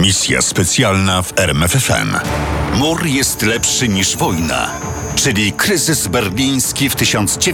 Misja specjalna w RMFFM. Mur jest lepszy niż wojna, czyli kryzys berliński w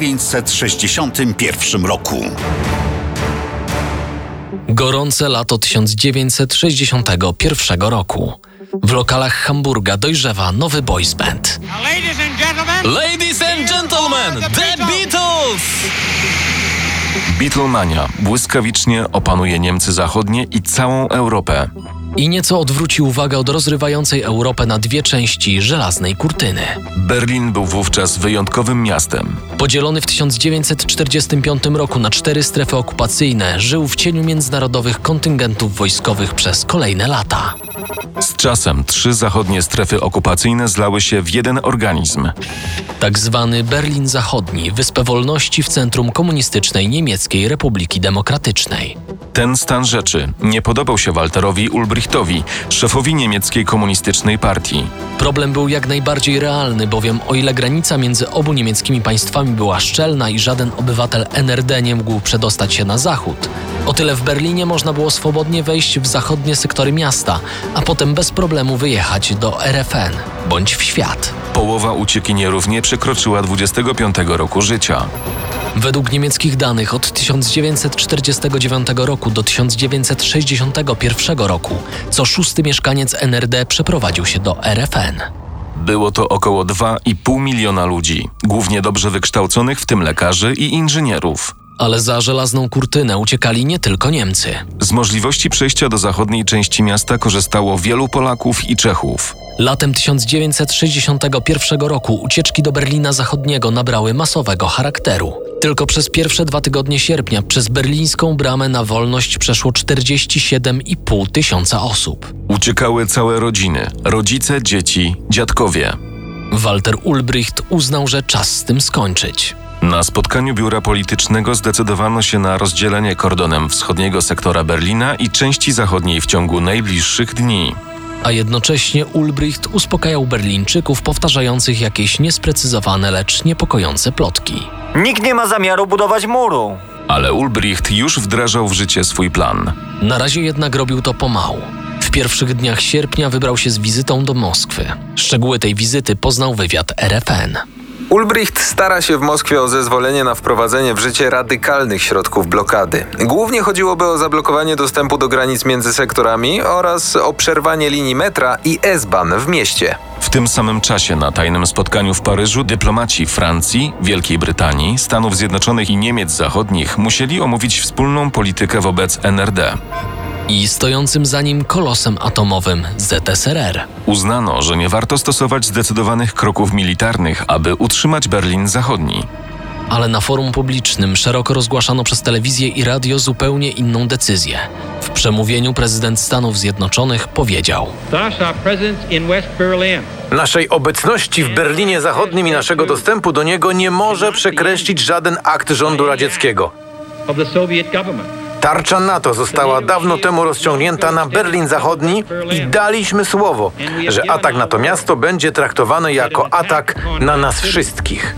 1961 roku. Gorące lato 1961 roku. W lokalach Hamburga dojrzewa nowy boys band. Ladies and gentlemen, The Beatles! Beatlemania błyskawicznie opanuje Niemcy Zachodnie i całą Europę. I nieco odwróci uwagę od rozrywającej Europę na dwie części żelaznej kurtyny. Berlin był wówczas wyjątkowym miastem. Podzielony w 1945 roku na 4 strefy okupacyjne, żył w cieniu międzynarodowych kontyngentów wojskowych przez kolejne lata. Z czasem 3 zachodnie strefy okupacyjne zlały się w jeden organizm. Tak zwany Berlin Zachodni, wyspę wolności w centrum komunistycznej Niemieckiej Republiki Demokratycznej. Ten stan rzeczy nie podobał się Walterowi Ulbrichtowi, szefowi niemieckiej komunistycznej partii. Problem był jak najbardziej realny, bowiem o ile granica między obu niemieckimi państwami była szczelna i żaden obywatel NRD nie mógł przedostać się na zachód, o tyle w Berlinie można było swobodnie wejść w zachodnie sektory miasta, a potem bez problemu wyjechać do RFN bądź w świat. Połowa uciekinierów nie przekroczyła 25 roku życia. Według niemieckich danych od 1949 roku do 1961 roku co 6. mieszkaniec NRD przeprowadził się do RFN. Było to około 2,5 miliona ludzi, głównie dobrze wykształconych, w tym lekarzy i inżynierów. Ale za żelazną kurtynę uciekali nie tylko Niemcy. Z możliwości przejścia do zachodniej części miasta korzystało wielu Polaków i Czechów. Latem 1961 roku ucieczki do Berlina Zachodniego nabrały masowego charakteru. Tylko przez pierwsze 2 tygodnie sierpnia przez berlińską bramę na wolność przeszło 47,5 tysiąca osób. Uciekały całe rodziny, rodzice, dzieci, dziadkowie. Walter Ulbricht uznał, że czas z tym skończyć. Na spotkaniu biura politycznego zdecydowano się na rozdzielenie kordonem wschodniego sektora Berlina i części zachodniej w ciągu najbliższych dni. A jednocześnie Ulbricht uspokajał Berlińczyków powtarzających jakieś niesprecyzowane, lecz niepokojące plotki. Nikt nie ma zamiaru budować muru. Ale Ulbricht już wdrażał w życie swój plan. Na razie jednak robił to pomału. W pierwszych dniach sierpnia wybrał się z wizytą do Moskwy. Szczegóły tej wizyty poznał wywiad RFN. Ulbricht stara się w Moskwie o zezwolenie na wprowadzenie w życie radykalnych środków blokady. Głównie chodziłoby o zablokowanie dostępu do granic między sektorami oraz o przerwanie linii metra i S-Bahn w mieście. W tym samym czasie na tajnym spotkaniu w Paryżu dyplomaci Francji, Wielkiej Brytanii, Stanów Zjednoczonych i Niemiec Zachodnich musieli omówić wspólną politykę wobec NRD. I stojącym za nim kolosem atomowym ZSRR. Uznano, że nie warto stosować zdecydowanych kroków militarnych, aby utrzymać Berlin Zachodni. Ale na forum publicznym szeroko rozgłaszano przez telewizję i radio zupełnie inną decyzję. W przemówieniu prezydent Stanów Zjednoczonych powiedział: Naszej obecności w Berlinie Zachodnim i naszego dostępu do niego nie może przekreślić żaden akt rządu radzieckiego. Tarcza NATO została dawno temu rozciągnięta na Berlin Zachodni i daliśmy słowo, że atak na to miasto będzie traktowany jako atak na nas wszystkich.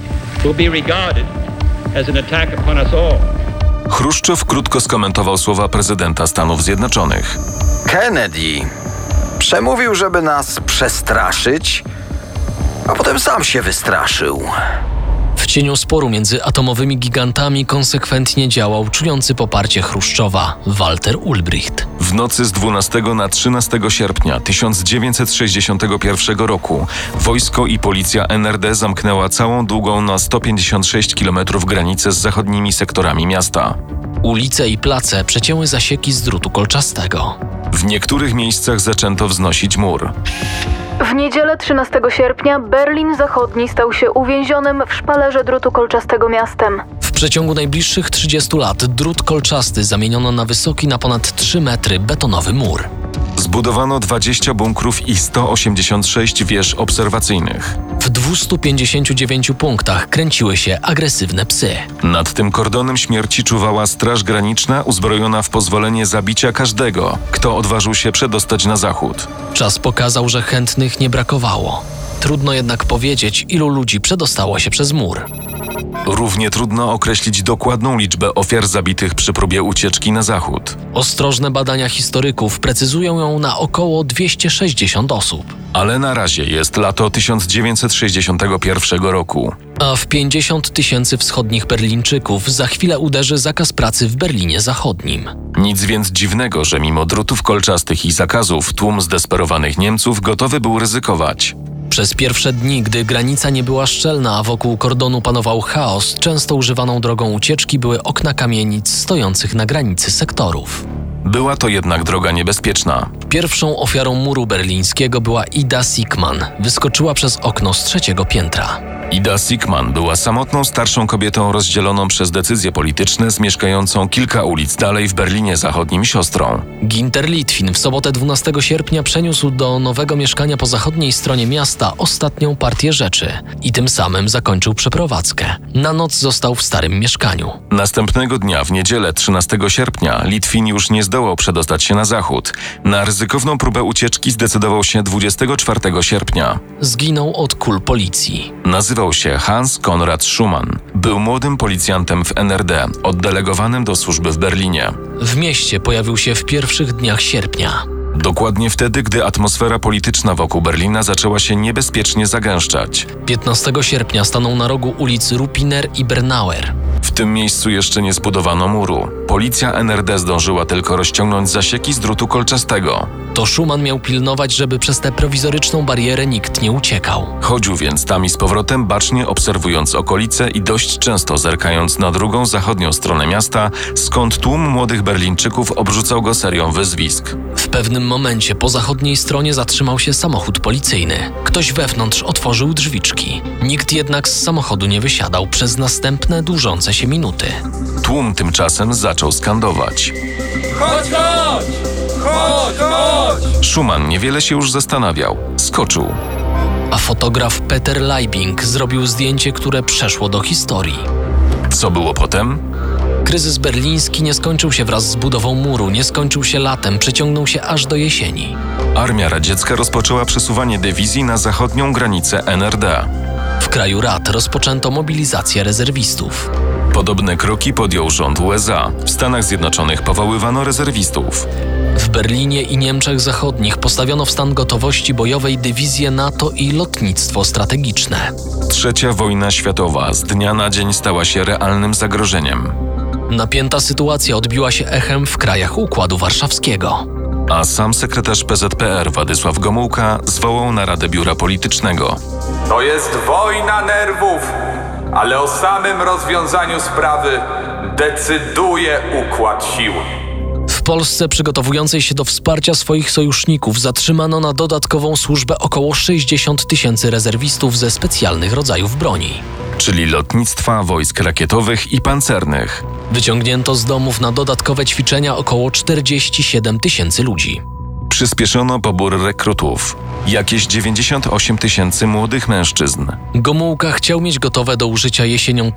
Chruszczow krótko skomentował słowa prezydenta Stanów Zjednoczonych. Kennedy przemówił, żeby nas przestraszyć, a potem sam się wystraszył. W cieniu sporu między atomowymi gigantami konsekwentnie działał czujący poparcie Chruszczowa Walter Ulbricht. W nocy z 12 na 13 sierpnia 1961 roku wojsko i policja NRD zamknęła całą długą na 156 km granicę z zachodnimi sektorami miasta. Ulice i place przecięły zasieki z drutu kolczastego. W niektórych miejscach zaczęto wznosić mur. W niedzielę 13 sierpnia Berlin Zachodni stał się uwięzionym w szpalerze drutu kolczastego miastem. W przeciągu najbliższych 30 lat drut kolczasty zamieniono na wysoki na ponad 3 metry betonowy mur. Zbudowano 20 bunkrów i 186 wież obserwacyjnych. W 259 punktach kręciły się agresywne psy. Nad tym kordonem śmierci czuwała Straż Graniczna uzbrojona w pozwolenie zabicia każdego, kto odważył się przedostać na zachód. Czas pokazał, że chętnych nie brakowało. Trudno jednak powiedzieć, ilu ludzi przedostało się przez mur. Równie trudno określić dokładną liczbę ofiar zabitych przy próbie ucieczki na zachód. Ostrożne badania historyków precyzują ją na około 260 osób. Ale na razie jest lato 1961 roku. A w 50 000 wschodnich Berlińczyków za chwilę uderzy zakaz pracy w Berlinie Zachodnim. Nic więc dziwnego, że mimo drutów kolczastych i zakazów tłum zdesperowanych Niemców gotowy był ryzykować. Przez pierwsze dni, gdy granica nie była szczelna, a wokół kordonu panował chaos, często używaną drogą ucieczki były okna kamienic stojących na granicy sektorów. Była to jednak droga niebezpieczna. Pierwszą ofiarą muru berlińskiego była Ida Sickmann. Wyskoczyła przez okno z 3. piętra. Ida Sickmann była samotną starszą kobietą rozdzieloną przez decyzje polityczne z mieszkającą kilka ulic dalej w Berlinie Zachodnim siostrą. Ginter Litwin w sobotę 12 sierpnia przeniósł do nowego mieszkania po zachodniej stronie miasta ostatnią partię rzeczy i tym samym zakończył przeprowadzkę. Na noc został w starym mieszkaniu. Następnego dnia, w niedzielę 13 sierpnia, Litwin już nie zdołał przedostać się na zachód. Na ryzykowną próbę ucieczki zdecydował się 24 sierpnia. Zginął od kul policji. Nazywał się Hans Konrad Schumann. Był młodym policjantem w NRD, oddelegowanym do służby w Berlinie. W mieście pojawił się w pierwszych dniach sierpnia. Dokładnie wtedy, gdy atmosfera polityczna wokół Berlina zaczęła się niebezpiecznie zagęszczać. 15 sierpnia stanął na rogu ulic Rupiner i Bernauer. W tym miejscu jeszcze nie zbudowano muru. Policja NRD zdążyła tylko rozciągnąć zasieki z drutu kolczastego. To Schumann miał pilnować, żeby przez tę prowizoryczną barierę nikt nie uciekał. Chodził więc tam i z powrotem, bacznie obserwując okolice i dość często zerkając na drugą zachodnią stronę miasta, skąd tłum młodych Berlińczyków obrzucał go serią wyzwisk. W pewnym momencie po zachodniej stronie zatrzymał się samochód policyjny. Ktoś wewnątrz otworzył drzwiczki. Nikt jednak z samochodu nie wysiadał przez następne dłużące się minuty. Tłum tymczasem zaczął skandować. Chodź, chodź! Chodź, chodź! Schumann niewiele się już zastanawiał. Skoczył. A fotograf Peter Leibing zrobił zdjęcie, które przeszło do historii. Co było potem? Kryzys berliński nie skończył się wraz z budową muru, nie skończył się latem, przeciągnął się aż do jesieni. Armia radziecka rozpoczęła przesuwanie dywizji na zachodnią granicę NRD. W kraju Rad rozpoczęto mobilizację rezerwistów. Podobne kroki podjął rząd USA. W Stanach Zjednoczonych powoływano rezerwistów. W Berlinie i Niemczech Zachodnich postawiono w stan gotowości bojowej dywizje NATO i lotnictwo strategiczne. Trzecia wojna światowa z dnia na dzień stała się realnym zagrożeniem. Napięta sytuacja odbiła się echem w krajach Układu Warszawskiego. A sam sekretarz PZPR Władysław Gomułka zwołał naradę biura politycznego. To jest wojna nerwów, ale o samym rozwiązaniu sprawy decyduje układ sił. W Polsce przygotowującej się do wsparcia swoich sojuszników zatrzymano na dodatkową służbę około 60 000 rezerwistów ze specjalnych rodzajów broni. Czyli lotnictwa, wojsk rakietowych i pancernych. Wyciągnięto z domów na dodatkowe ćwiczenia około 47 000 ludzi. Przyspieszono pobór rekrutów. Jakieś 98 000 młodych mężczyzn. Gomułka chciał mieć gotowe do użycia jesienią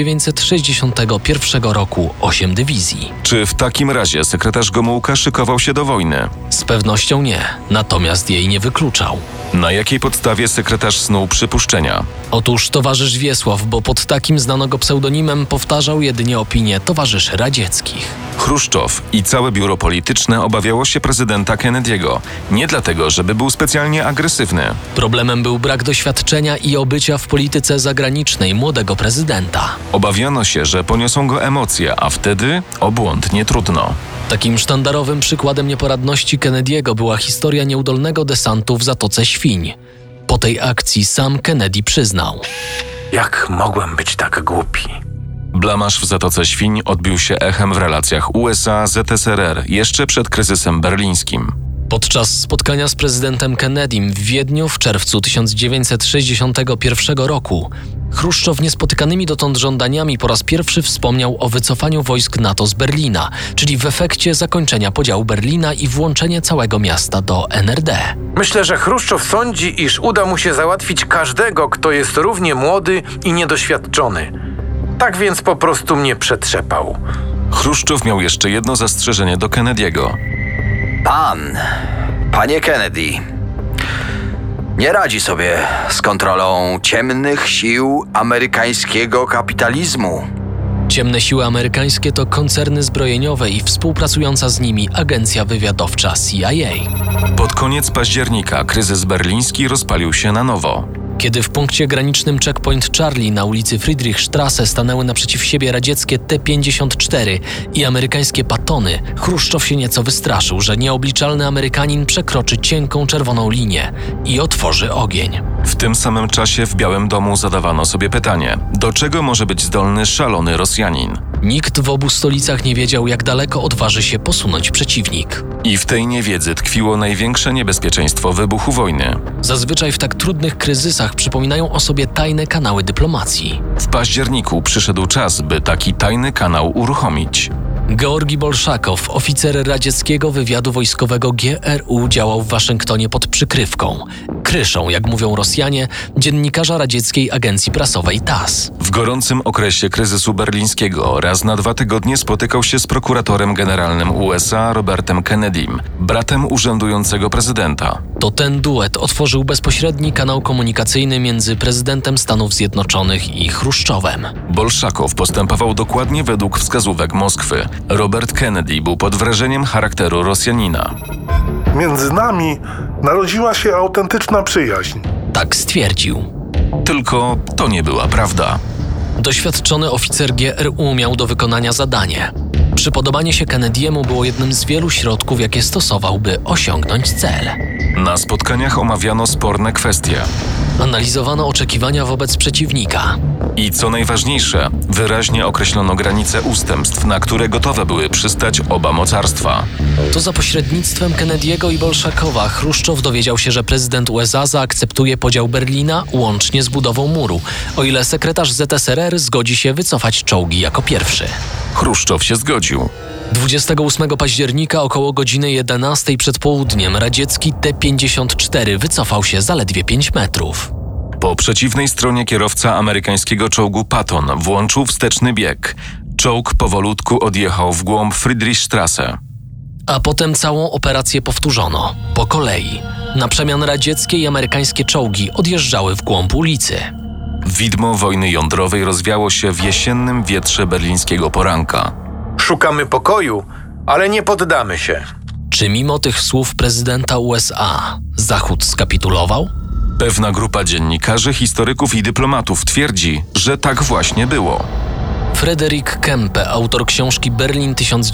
1961 roku 8 dywizji. Czy w takim razie sekretarz Gomułka szykował się do wojny? Z pewnością nie, natomiast jej nie wykluczał. Na jakiej podstawie sekretarz snuł przypuszczenia? Otóż towarzysz Wiesław, bo pod takim znano go pseudonimem, powtarzał jedynie opinie towarzyszy radzieckich. Chruszczow i całe biuro polityczne obawiało się prezydenta Kennedy'ego. Nie dlatego, żeby był specjalnie agresywny. Problemem był brak doświadczenia i obycia w polityce zagranicznej młodego prezydenta. Obawiano się, że poniosą go emocje, a wtedy o błąd nie trudno. Takim sztandarowym przykładem nieporadności Kennedy'ego była historia nieudolnego desantu w Zatoce Świń. Po tej akcji sam Kennedy przyznał: Jak mogłem być tak głupi? Blamaż w Zatoce Świń odbił się echem w relacjach USA-ZSRR jeszcze przed kryzysem berlińskim. Podczas spotkania z prezydentem Kennedym w Wiedniu w czerwcu 1961 roku Chruszczow niespotykanymi dotąd żądaniami po raz pierwszy wspomniał o wycofaniu wojsk NATO z Berlina, czyli w efekcie zakończenia podziału Berlina i włączenie całego miasta do NRD. Myślę, że Chruszczow sądzi, iż uda mu się załatwić każdego, kto jest równie młody i niedoświadczony. Tak więc po prostu mnie przetrzepał. Chruszczow miał jeszcze jedno zastrzeżenie do Kennedy'ego. Panie Kennedy, nie radzi sobie z kontrolą ciemnych sił amerykańskiego kapitalizmu. Ciemne siły amerykańskie to koncerny zbrojeniowe i współpracująca z nimi agencja wywiadowcza CIA. Pod koniec października kryzys berliński rozpalił się na nowo. Kiedy w punkcie granicznym Checkpoint Charlie na ulicy Friedrichstrasse stanęły naprzeciw siebie radzieckie T-54 i amerykańskie Pattony, Chruszczow się nieco wystraszył, że nieobliczalny Amerykanin przekroczy cienką czerwoną linię i otworzy ogień. W tym samym czasie w Białym Domu zadawano sobie pytanie, do czego może być zdolny szalony Rosjanin? Nikt w obu stolicach nie wiedział, jak daleko odważy się posunąć przeciwnik. I w tej niewiedzy tkwiło największe niebezpieczeństwo wybuchu wojny. Zazwyczaj w tak trudnych kryzysach przypominają o sobie tajne kanały dyplomacji. W październiku przyszedł czas, by taki tajny kanał uruchomić. Georgi Bolszakow, oficer radzieckiego wywiadu wojskowego GRU, działał w Waszyngtonie pod przykrywką, kryszą, jak mówią Rosjanie, dziennikarza radzieckiej agencji prasowej TASS. W gorącym okresie kryzysu berlińskiego raz na 2 tygodnie spotykał się z prokuratorem generalnym USA Robertem Kennedym, bratem urzędującego prezydenta. To ten duet otworzył bezpośredni kanał komunikacyjny między prezydentem Stanów Zjednoczonych i Chruszczowem. Bolszakow postępował dokładnie według wskazówek Moskwy. Robert Kennedy był pod wrażeniem charakteru Rosjanina. Między nami narodziła się autentyczna przyjaźń. Tak stwierdził. Tylko to nie była prawda. Doświadczony oficer GRU miał do wykonania zadanie. Przypodobanie się Kennedy'emu było jednym z wielu środków, jakie stosował, by osiągnąć cel. Na spotkaniach omawiano sporne kwestie. Analizowano oczekiwania wobec przeciwnika. I co najważniejsze, wyraźnie określono granice ustępstw, na które gotowe były przystać oba mocarstwa. To za pośrednictwem Kennedy'ego i Bolszakowa Chruszczow dowiedział się, że prezydent USA zaakceptuje podział Berlina łącznie z budową muru, o ile sekretarz ZSRR zgodzi się wycofać czołgi jako pierwszy. Chruszczow się zgodził. 28 października około godziny 11 przed południem radziecki T-54 wycofał się zaledwie 5 metrów. Po przeciwnej stronie kierowca amerykańskiego czołgu Patton włączył wsteczny bieg. Czołg powolutku odjechał w głąb Friedrichstrasse. A potem całą operację powtórzono, po kolei. Na przemian radzieckie i amerykańskie czołgi odjeżdżały w głąb ulicy. Widmo wojny jądrowej rozwiało się w jesiennym wietrze berlińskiego poranka. Szukamy pokoju, ale nie poddamy się. Czy mimo tych słów prezydenta USA Zachód skapitulował? Pewna grupa dziennikarzy, historyków i dyplomatów twierdzi, że tak właśnie było. Frederick Kempe, autor książki Berlin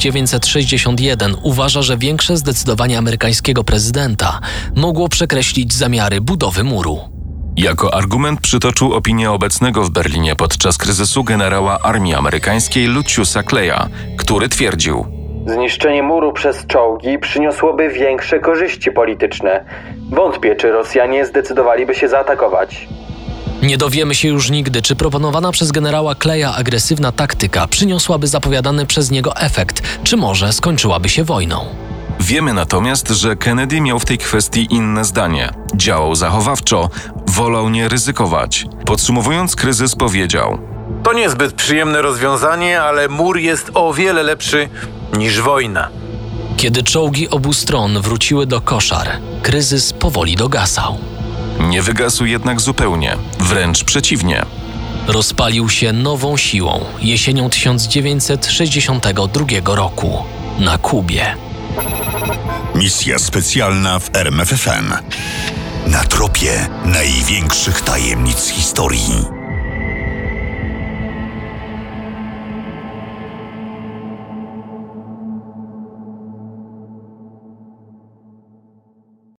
1961, uważa, że większe zdecydowanie amerykańskiego prezydenta mogło przekreślić zamiary budowy muru. Jako argument przytoczył opinię obecnego w Berlinie podczas kryzysu generała armii amerykańskiej Luciusa Claya, który twierdził: zniszczenie muru przez czołgi przyniosłoby większe korzyści polityczne. Wątpię, czy Rosjanie zdecydowaliby się zaatakować. Nie dowiemy się już nigdy, czy proponowana przez generała Claya agresywna taktyka przyniosłaby zapowiadany przez niego efekt, czy może skończyłaby się wojną. Wiemy natomiast, że Kennedy miał w tej kwestii inne zdanie. Działał zachowawczo, wolał nie ryzykować. Podsumowując kryzys, powiedział: To niezbyt przyjemne rozwiązanie, ale mur jest o wiele lepszy niż wojna. Kiedy czołgi obu stron wróciły do koszar, kryzys powoli dogasał. Nie wygasł jednak zupełnie, wręcz przeciwnie. Rozpalił się nową siłą jesienią 1962 roku na Kubie. Misja specjalna w RMFFM. Na tropie największych tajemnic historii.